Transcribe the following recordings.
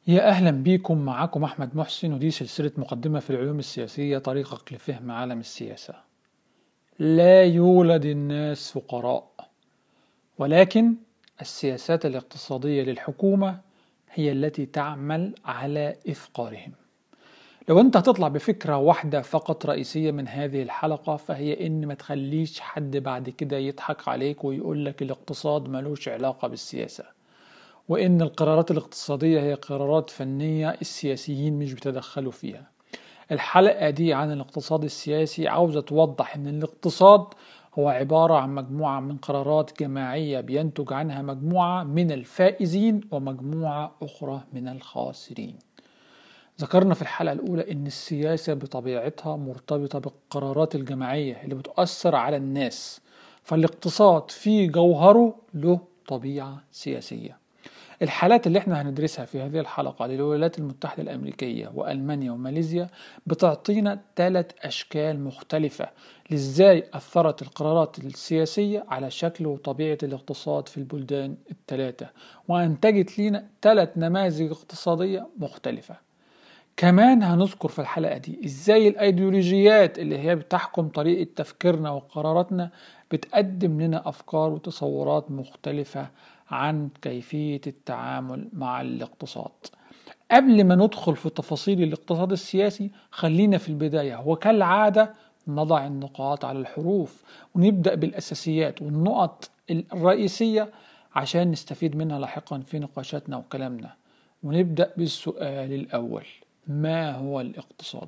يا أهلا بيكم. معاكم أحمد محسن، ودي سلسلة مقدمة في العلوم السياسية، طريقك لفهم عالم السياسة. لا يولد الناس فقراء، ولكن السياسات الاقتصادية للحكومة هي التي تعمل على إفقارهم. لو أنت هتطلع بفكرة واحدة فقط رئيسية من هذه الحلقة، فهي إن ما تخليش حد بعد كده يضحك عليك ويقولك الاقتصاد ملوش علاقة بالسياسة، وإن القرارات الاقتصادية هي قرارات فنية السياسيين مش بيتدخلوا فيها. الحلقة دي عن الاقتصاد السياسي عاوزة توضح إن الاقتصاد هو عبارة عن مجموعة من قرارات جماعية بينتج عنها مجموعة من الفائزين ومجموعة أخرى من الخاسرين. ذكرنا في الحلقة الأولى إن السياسة بطبيعتها مرتبطة بالقرارات الجماعية اللي بتؤثر على الناس، فالاقتصاد في جوهره له طبيعة سياسية. الحالات اللي احنا هندرسها في هذه الحلقة للولايات المتحدة الأمريكية وألمانيا وماليزيا بتعطينا 3 أشكال مختلفة لإزاي أثرت القرارات السياسية على شكل وطبيعة الاقتصاد في البلدان ال3، وأنتجت لنا 3 نماذج اقتصادية مختلفة. كمان هنذكر في الحلقة دي إزاي الأيديولوجيات اللي هي بتحكم طريقة تفكيرنا وقراراتنا بتقدم لنا أفكار وتصورات مختلفة عن كيفية التعامل مع الاقتصاد. قبل ما ندخل في تفاصيل الاقتصاد السياسي، خلينا في البداية وكالعادة نضع النقاط على الحروف، ونبدأ بالأساسيات والنقط الرئيسية عشان نستفيد منها لاحقا في نقاشاتنا وكلامنا. ونبدأ بالسؤال الأول: ما هو الاقتصاد؟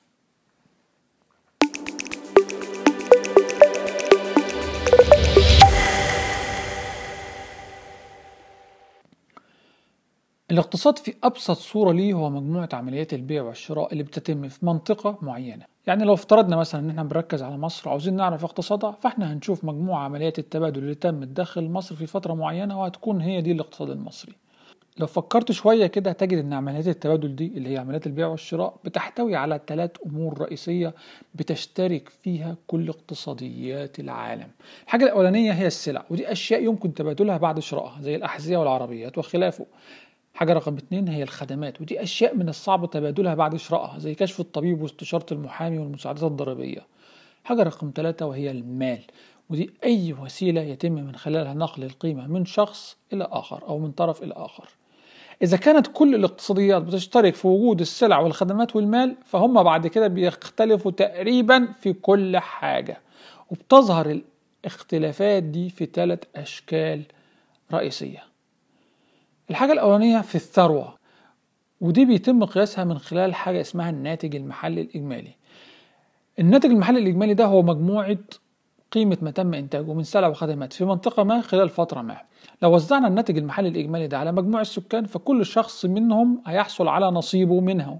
الاقتصاد في أبسط صورة ليه هو مجموعة عمليات البيع والشراء اللي بتتم في منطقة معينة. يعني لو افترضنا مثلا ان احنا بنركز على مصر وعاوزين نعرف اقتصادها، فاحنا هنشوف مجموعة عمليات التبادل اللي تمت داخل مصر في فترة معينة، وهتكون هي دي الاقتصاد المصري. لو فكرت شوية كده تجد ان عمليات التبادل دي اللي هي عمليات البيع والشراء بتحتوي على 3 أمور رئيسية بتشترك فيها كل اقتصاديات العالم. الحاجة الأولانية هي السلع، ودي أشياء يمكن تبادلها بعد شرائها زي الأحذية والعربيات وخلافه. حاجة رقم 2 هي الخدمات، ودي أشياء من الصعب تبادلها بعد شرائها زي كشف الطبيب واستشارة المحامي والمساعدات الضريبية. حاجة رقم 3 وهي المال، ودي أي وسيلة يتم من خلالها نقل القيمة من شخص إلى آخر أو من طرف إلى آخر. إذا كانت كل الاقتصاديات بتشترك في وجود السلع والخدمات والمال، فهم بعد كده بيختلفوا تقريبا في كل حاجة، وبتظهر الاختلافات دي في 3 أشكال رئيسية. الحاجة الأولانية في الثروة، ودي بيتم قياسها من خلال حاجة اسمها الناتج المحلي الإجمالي. الناتج المحلي الإجمالي ده هو مجموعة قيمة ما تم إنتاجه من سلع وخدمات في منطقة ما خلال فترة ما. لو وزعنا الناتج المحلي الإجمالي ده على مجموع السكان، فكل شخص منهم هيحصل على نصيبه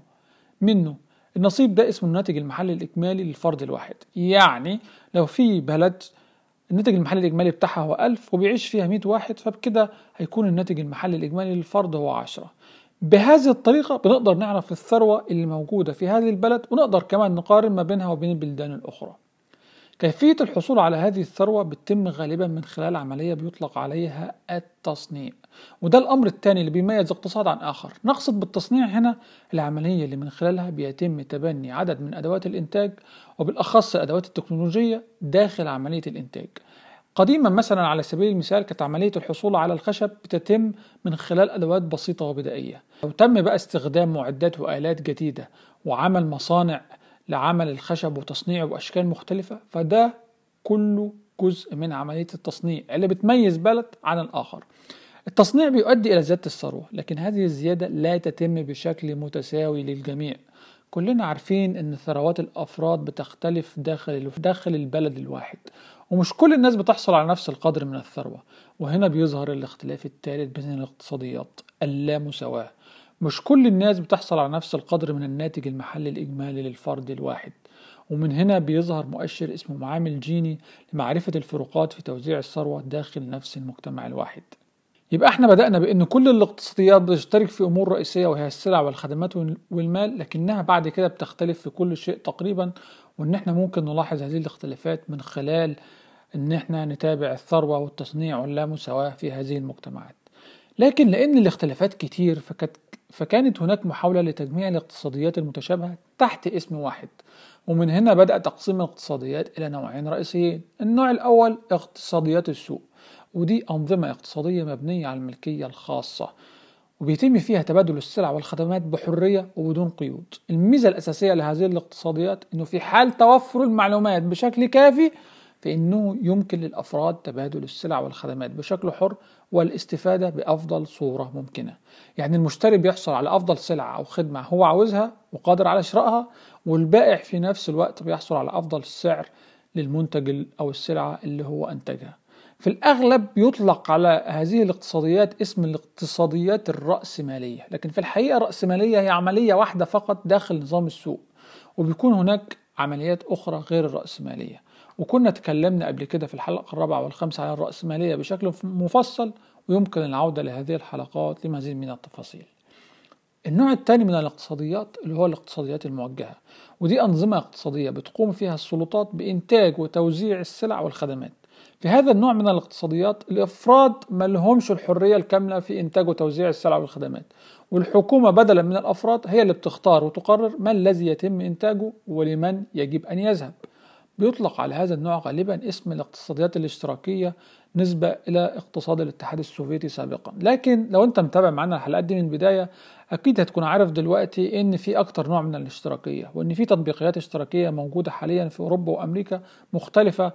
منه. النصيب ده اسمه الناتج المحلي الإجمالي للفرد الواحد. يعني لو في بلد الناتج المحلي الإجمالي بتاعها هو 1000 وبيعيش فيها 100 واحد، فبكده هيكون الناتج المحلي الإجمالي للفرد هو 10. بهذه الطريقة بنقدر نعرف الثروة اللي موجودة في هذه البلد، ونقدر كمان نقارن ما بينها وبين البلدان الأخرى. كيفية الحصول على هذه الثروة بتتم غالبا من خلال عملية بيطلق عليها التصنيع، وده الأمر الثاني اللي بيميز اقتصاد عن آخر. نقصد بالتصنيع هنا العملية اللي من خلالها بيتم تبني عدد من أدوات الإنتاج، وبالأخص الأدوات التكنولوجية داخل عملية الإنتاج. قديما مثلا على سبيل المثال كانت عملية الحصول على الخشب بتتم من خلال أدوات بسيطة وبدائية. لو تم بقى استخدام معدات وآلات جديدة وعمل مصانع لعمل الخشب وتصنيعه بأشكال مختلفة، فده كله جزء من عملية التصنيع اللي بتميز بلد عن الآخر. التصنيع بيؤدي إلى زيادة الثروة، لكن هذه الزيادة لا تتم بشكل متساوي للجميع. كلنا عارفين أن ثروات الأفراد بتختلف داخل البلد الواحد، ومش كل الناس بتحصل على نفس القدر من الثروة. وهنا بيظهر الاختلاف الثالث بين الاقتصاديات: اللامساواة. مش كل الناس بتحصل على نفس القدر من الناتج المحلي الإجمالي للفرد الواحد، ومن هنا بيظهر مؤشر اسمه معامل جيني لمعرفة الفروقات في توزيع الثروة داخل نفس المجتمع الواحد. يبقى احنا بدأنا بأن كل الاقتصاديات بتشترك في أمور رئيسية وهي السلع والخدمات والمال، لكنها بعد كده بتختلف في كل شيء تقريبا، وان احنا ممكن نلاحظ هذه الاختلافات من خلال ان احنا نتابع الثروة والتصنيع واللامساواة في هذه المجتمعات. لكن لأن الاختلافات كتير، فكانت فكانت هناك محاولة لتجميع الاقتصاديات المتشابهة تحت اسم واحد، ومن هنا بدأ تقسيم الاقتصاديات إلى نوعين رئيسيين. النوع الأول اقتصاديات السوق، ودي أنظمة اقتصادية مبنية على الملكية الخاصة، وبيتم فيها تبادل السلع والخدمات بحرية وبدون قيود. الميزة الأساسية لهذه الاقتصاديات أنه في حال توفر المعلومات بشكل كافي فإنه يمكن للأفراد تبادل السلع والخدمات بشكل حر والاستفادة بأفضل صورة ممكنة. يعني المشتري بيحصل على أفضل سلعة أو خدمة هو عاوزها وقادر على شرائها، والبائع في نفس الوقت بيحصل على أفضل سعر للمنتج أو السلعة اللي هو أنتجها. في الأغلب يطلق على هذه الاقتصاديات اسم الاقتصاديات الرأسمالية، لكن في الحقيقة الرأسمالية هي عملية واحدة فقط داخل نظام السوق، وبيكون هناك عمليات أخرى غير الرأسمالية. وكنا تكلمنا قبل كده في الحلقة الرابعة والخامسة على الرأسمالية بشكل مفصل، ويمكن العودة لهذه الحلقات لمزيد من التفاصيل. النوع الثاني من الاقتصاديات اللي هو الاقتصاديات الموجهة، ودي أنظمة اقتصادية بتقوم فيها السلطات بإنتاج وتوزيع السلع والخدمات. في هذا النوع من الاقتصاديات الأفراد ما لهمش الحرية الكاملة في إنتاج وتوزيع السلع والخدمات، والحكومة بدلا من الأفراد هي اللي بتختار وتقرر ما الذي يتم إنتاجه ولمن يجب أن يذهب. بيطلق على هذا النوع غالبا اسم الاقتصاديات الاشتراكية نسبة إلى اقتصاد الاتحاد السوفيتي سابقا. لكن لو أنت متابع معنا الحلقات دي من البداية أكيد هتكون عارف دلوقتي إن في أكتر نوع من الاشتراكية، وإن في تطبيقيات اشتراكية موجودة حاليا في أوروبا وأمريكا مختلفة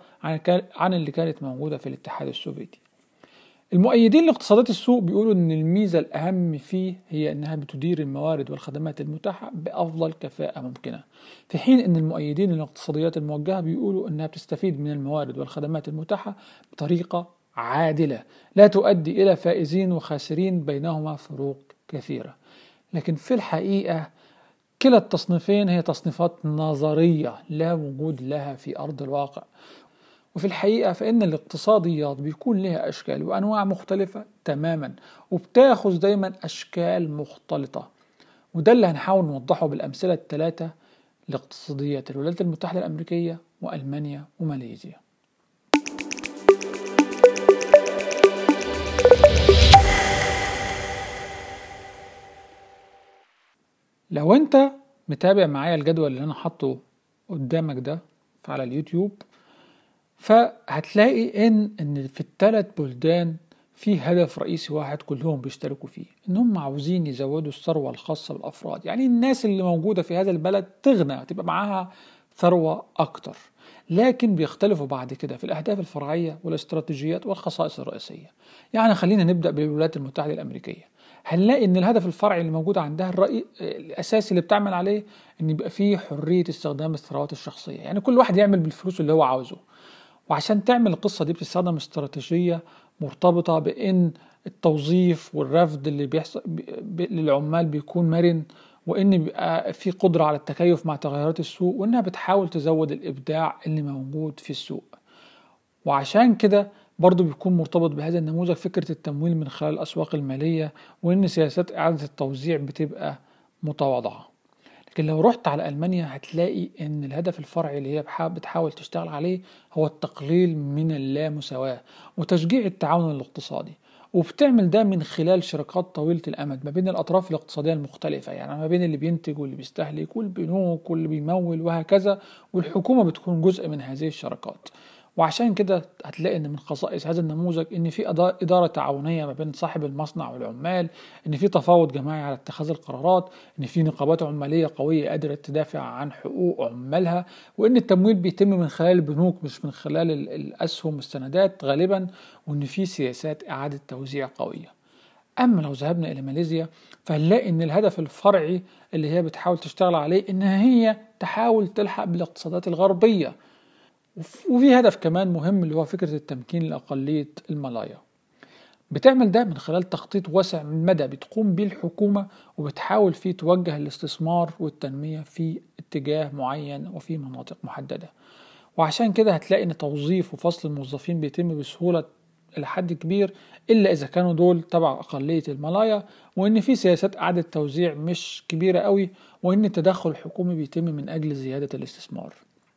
عن اللي كانت موجودة في الاتحاد السوفيتي. المؤيدين لاقتصادات السوق بيقولوا ان الميزة الاهم فيه هي انها بتدير الموارد والخدمات المتاحة بافضل كفاءة ممكنة، في حين ان المؤيدين للاقتصاديات الموجهة بيقولوا انها بتستفيد من الموارد والخدمات المتاحة بطريقة عادلة لا تؤدي الى فائزين وخاسرين بينهما فروق كثيرة. لكن في الحقيقة كلا التصنيفين هي تصنيفات نظرية لا وجود لها في ارض الواقع، وفي الحقيقة فإن الاقتصاديات بيكون لها أشكال وأنواع مختلفة تماما، وبتاخذ دايما أشكال مختلطة، وده اللي هنحاول نوضحه بالأمثلة الثلاثة لاقتصاديات الولايات المتحدة الأمريكية وألمانيا وماليزيا. لو أنت متابع معايا الجدول اللي أنا حاطه قدامك ده على اليوتيوب، فهتلاقي ان في الثلاث بلدان في هدف رئيسي واحد كلهم بيشتركوا فيه، انهم عاوزين يزودوا الثروة الخاصة بالافراد. يعني الناس اللي موجودة في هذا البلد تغنى تبقى معاها ثروة اكتر، لكن بيختلفوا بعد كده في الاهداف الفرعية والاستراتيجيات والخصائص الرئيسية. يعني خلينا نبدأ بالولايات المتحدة الامريكية. هنلاقي ان الهدف الفرعي اللي موجود عندها الاساسي اللي بتعمل عليه ان يبقى فيه حرية استخدام الثروات الشخصية، يعني كل واحد يعمل بالفلوس اللي هو عاوزه. وعشان تعمل القصة دي بتستخدم استراتيجية مرتبطة بأن التوظيف والرفض اللي بيحصل للعمال بيكون مرن، وأن بيبقى في قدرة على التكيف مع تغيرات السوق، وأنها بتحاول تزود الإبداع اللي موجود في السوق. وعشان كده برضو بيكون مرتبط بهذا النموذج فكرة التمويل من خلال الأسواق المالية، وأن سياسات إعادة التوزيع بتبقى متواضعة. لكن لو رحت على ألمانيا هتلاقي ان الهدف الفرعي اللي هي بتحاول تشتغل عليه هو التقليل من اللامساواة وتشجيع التعاون الاقتصادي، وبتعمل ده من خلال شراكات طويلة الأمد ما بين الأطراف الاقتصادية المختلفة، يعني ما بين اللي بينتج واللي بيستهلك والبنوك واللي بيمول وهكذا، والحكومة بتكون جزء من هذه الشراكات. وعشان كده هتلاقي ان من خصائص هذا النموذج ان في إدارة تعاونية ما بين صاحب المصنع والعمال، ان في تفاوض جماعي على اتخاذ القرارات، ان في نقابات عمالية قوية قادرة تدافع عن حقوق عمالها، وان التمويل بيتم من خلال البنوك مش من خلال الأسهم والسندات غالبا، وان في سياسات إعادة توزيع قوية. أما لو ذهبنا إلى ماليزيا فهنلاقي ان الهدف الفرعي اللي هي بتحاول تشتغل عليه انها هي تحاول تلحق بالاقتصادات الغربية، وفي هدف كمان مهم اللي هو فكرة التمكين لأقلية الملايا. بتعمل ده من خلال تخطيط واسع من المدى بتقوم به الحكومة، وبتحاول فيه توجه الاستثمار والتنمية في اتجاه معين وفي مناطق محددة. وعشان كده هتلاقي ان توظيف وفصل الموظفين بيتم بسهولة إلى حد كبير، إلا إذا كانوا دول تبع أقلية الملايا، وإن في سياسات إعادة توزيع مش كبيرة قوي، وإن التدخل الحكومي بيتم من أجل زيادة الاستثمار.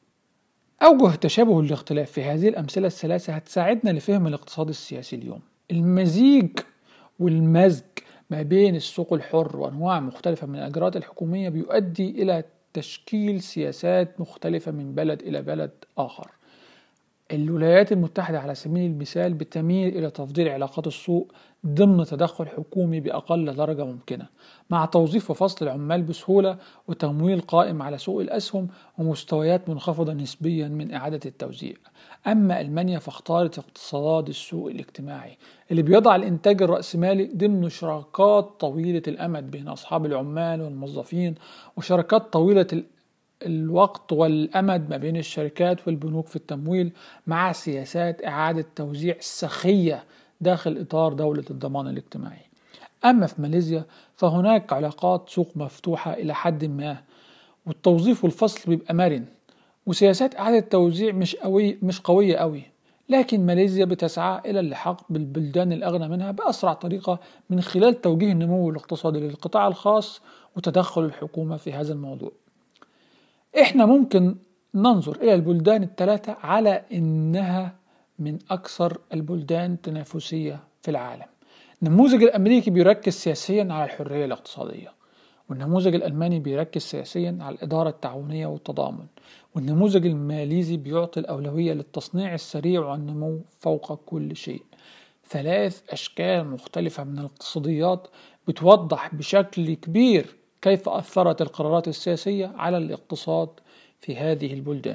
أوجه تشابه الاختلاف في هذه الأمثلة الثلاثة هتساعدنا لفهم الاقتصاد السياسي اليوم. المزيج والمزج ما بين السوق الحر وأنواع مختلفة من الإجراءات الحكومية بيؤدي إلى تشكيل سياسات مختلفة من بلد إلى بلد آخر. الولايات المتحدة على سبيل المثال بتميل إلى تفضيل علاقات السوق ضمن تدخل حكومي بأقل درجة ممكنة، مع توظيف وفصل العمال بسهولة وتمويل قائم على سوق الأسهم ومستويات منخفضة نسبيا من إعادة التوزيع. أما ألمانيا فاختارت اقتصاد السوق الاجتماعي اللي بيضع الإنتاج الرأسمالي ضمن شراكات طويلة الأمد بين أصحاب العمال والموظفين، وشراكات طويلة الوقت والأمد ما بين الشركات والبنوك في التمويل، مع سياسات إعادة توزيع سخية داخل إطار دولة الضمان الاجتماعي. أما في ماليزيا فهناك علاقات سوق مفتوحة إلى حد ما، والتوظيف والفصل بيبقى مرن، وسياسات إعادة التوزيع مش قوية قوي، لكن ماليزيا بتسعى إلى اللحاق بالبلدان الأغنى منها بأسرع طريقة من خلال توجيه النمو الاقتصادي للقطاع الخاص وتدخل الحكومة في هذا الموضوع. احنا ممكن ننظر الى البلدان الثلاثة على انها من اكثر البلدان تنافسية في العالم. النموذج الامريكي بيركز سياسيا على الحرية الاقتصادية، والنموذج الالماني بيركز سياسيا على الادارة التعاونية والتضامن، والنموذج الماليزي بيعطي الاولوية للتصنيع السريع والنمو فوق كل شيء. ثلاث اشكال مختلفة من الاقتصاديات بتوضح بشكل كبير كيف أثرت القرارات السياسية على الاقتصاد في هذه البلدان.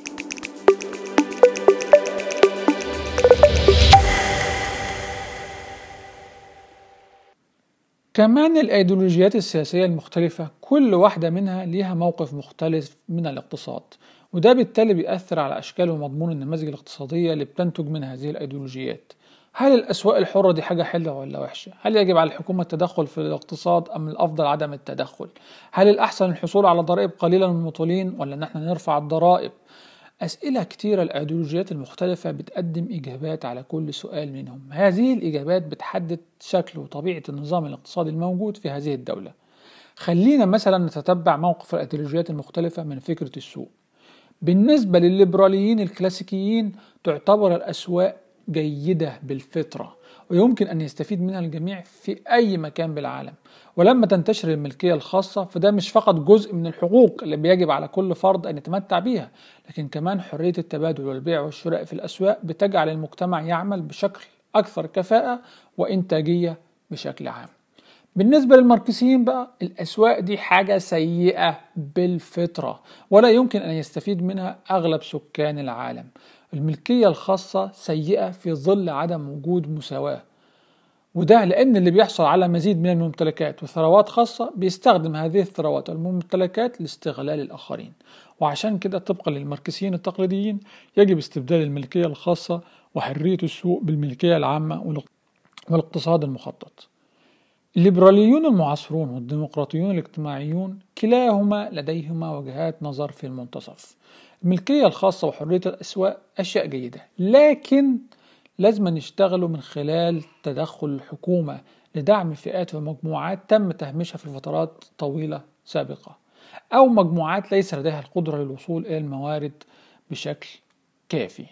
كمان الأيديولوجيات السياسية المختلفة كل واحدة منها ليها موقف مختلف من الاقتصاد، وده بالتالي بيأثر على أشكال ومضمون النماذج الاقتصادية اللي بتنتج من هذه الأيديولوجيات. هل الأسواق الحرة دي حاجة حلوة ولا وحشة؟ هل يجب على الحكومة التدخل في الاقتصاد أم الأفضل عدم التدخل؟ هل الأحسن الحصول على ضرائب قليلة للمطولين ولا إن احنا نرفع الضرائب؟ أسئلة كتيرة. الأيديولوجيات المختلفة بتقدم إجابات على كل سؤال منهم. هذه الإجابات بتحدد شكل وطبيعة النظام الاقتصادي الموجود في هذه الدولة. خلينا مثلا نتتبع موقف الأيديولوجيات المختلفة من فكرة السوق. بالنسبة للليبراليين الكلاسيكيين تعتبر الأسواق جيدة بالفطرة ويمكن أن يستفيد منها الجميع في أي مكان بالعالم، ولما تنتشر الملكية الخاصة فده مش فقط جزء من الحقوق اللي بيجب على كل فرد أن يتمتع بيها، لكن كمان حرية التبادل والبيع والشراء في الأسواق بتجعل المجتمع يعمل بشكل أكثر كفاءة وإنتاجية بشكل عام. بالنسبة للماركسيين بقى الأسواق دي حاجة سيئة بالفطرة ولا يمكن أن يستفيد منها أغلب سكان العالم. الملكية الخاصة سيئة في ظل عدم وجود مساواة، وده لأن اللي بيحصل على مزيد من الممتلكات وثروات خاصة بيستخدم هذه الثروات والممتلكات لاستغلال الآخرين. وعشان كده طبقا للماركسيين التقليديين يجب استبدال الملكية الخاصة وحرية السوق بالملكية العامة والاقتصاد المخطط. الليبراليون المعاصرون والديمقراطيون الاجتماعيون كلاهما لديهما وجهات نظر في المنتصف. الملكية الخاصة وحرية الأسواق أشياء جيدة، لكن لازم نشتغلوا من خلال تدخل الحكومة لدعم فئات ومجموعات تم تهميشها في فترات طويلة سابقة، أو مجموعات ليس لديها القدرة للوصول إلى الموارد بشكل كافي.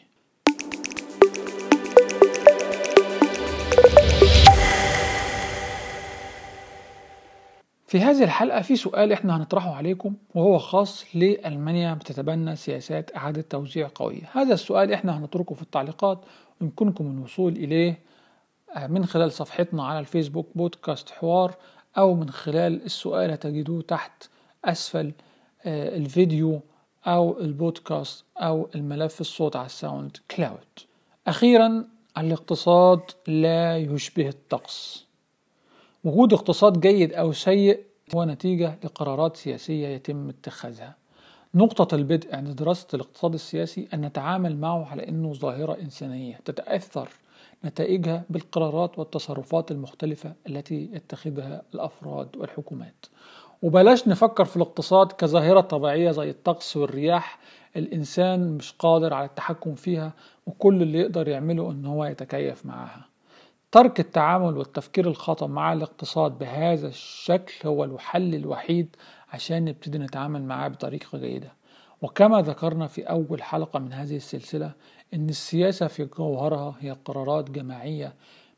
في هذه الحلقة في سؤال احنا هنطرحه عليكم وهو خاص لألمانيا بتتبنى سياسات إعادة توزيع قوية. هذا السؤال احنا هنتركه في التعليقات ويمكنكم الوصول إليه من خلال صفحتنا على الفيسبوك بودكاست حوار، أو من خلال السؤال هتجدوه تحت أسفل الفيديو أو البودكاست أو الملف الصوت على الساوند كلاود. أخيرا، الاقتصاد لا يشبه الطقس. وجود اقتصاد جيد أو سيء هو نتيجة لقرارات سياسية يتم اتخاذها. نقطة البدء عند دراسة الاقتصاد السياسي أن نتعامل معه على أنه ظاهرة إنسانية تتأثر نتائجها بالقرارات والتصرفات المختلفة التي يتخذها الأفراد والحكومات. وبلاش نفكر في الاقتصاد كظاهرة طبيعية زي الطقس والرياح الإنسان مش قادر على التحكم فيها وكل اللي يقدر يعمله أنه هو يتكيف معها. ترك التعامل والتفكير الخاطئ مع الاقتصاد بهذا الشكل هو الحل الوحيد عشان نبتدي نتعامل معاه بطريقة جيدة. وكما ذكرنا في أول حلقة من هذه السلسلة إن السياسة في جوهرها هي قرارات جماعية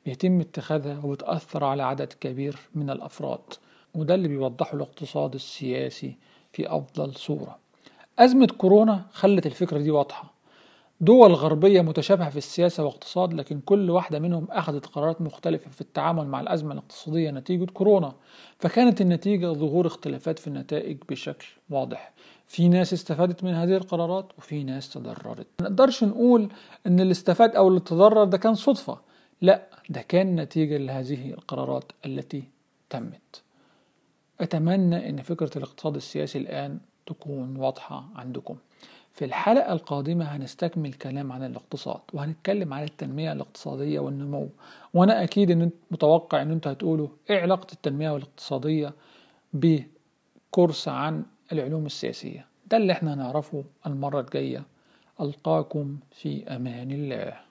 بيتم اتخاذها وبتأثر على عدد كبير من الأفراد، وده اللي بيوضحه الاقتصاد السياسي في أفضل صورة. أزمة كورونا خلت الفكرة دي واضحة. دول غربية متشابهة في السياسة والاقتصاد، لكن كل واحدة منهم أخذت قرارات مختلفة في التعامل مع الأزمة الاقتصادية نتيجة كورونا، فكانت النتيجة ظهور اختلافات في النتائج بشكل واضح. في ناس استفادت من هذه القرارات وفي ناس تضررت. ما نقدرش نقول إن اللي استفاد أو اللي تضرر ده كان صدفة، لا، ده كان نتيجة لهذه القرارات التي تمت. أتمنى أن فكرة الاقتصاد السياسي الآن تكون واضحة عندكم. في الحلقة القادمة هنستكمل كلام عن الاقتصاد، وهنتكلم عن التنمية الاقتصادية والنمو. وأنا أكيد إن متوقع إن أنتوا هتقولوا إيه علاقة التنمية والاقتصادية بكورس عن العلوم السياسية. ده اللي احنا هنعرفه المرة الجاية. ألقاكم في أمان الله.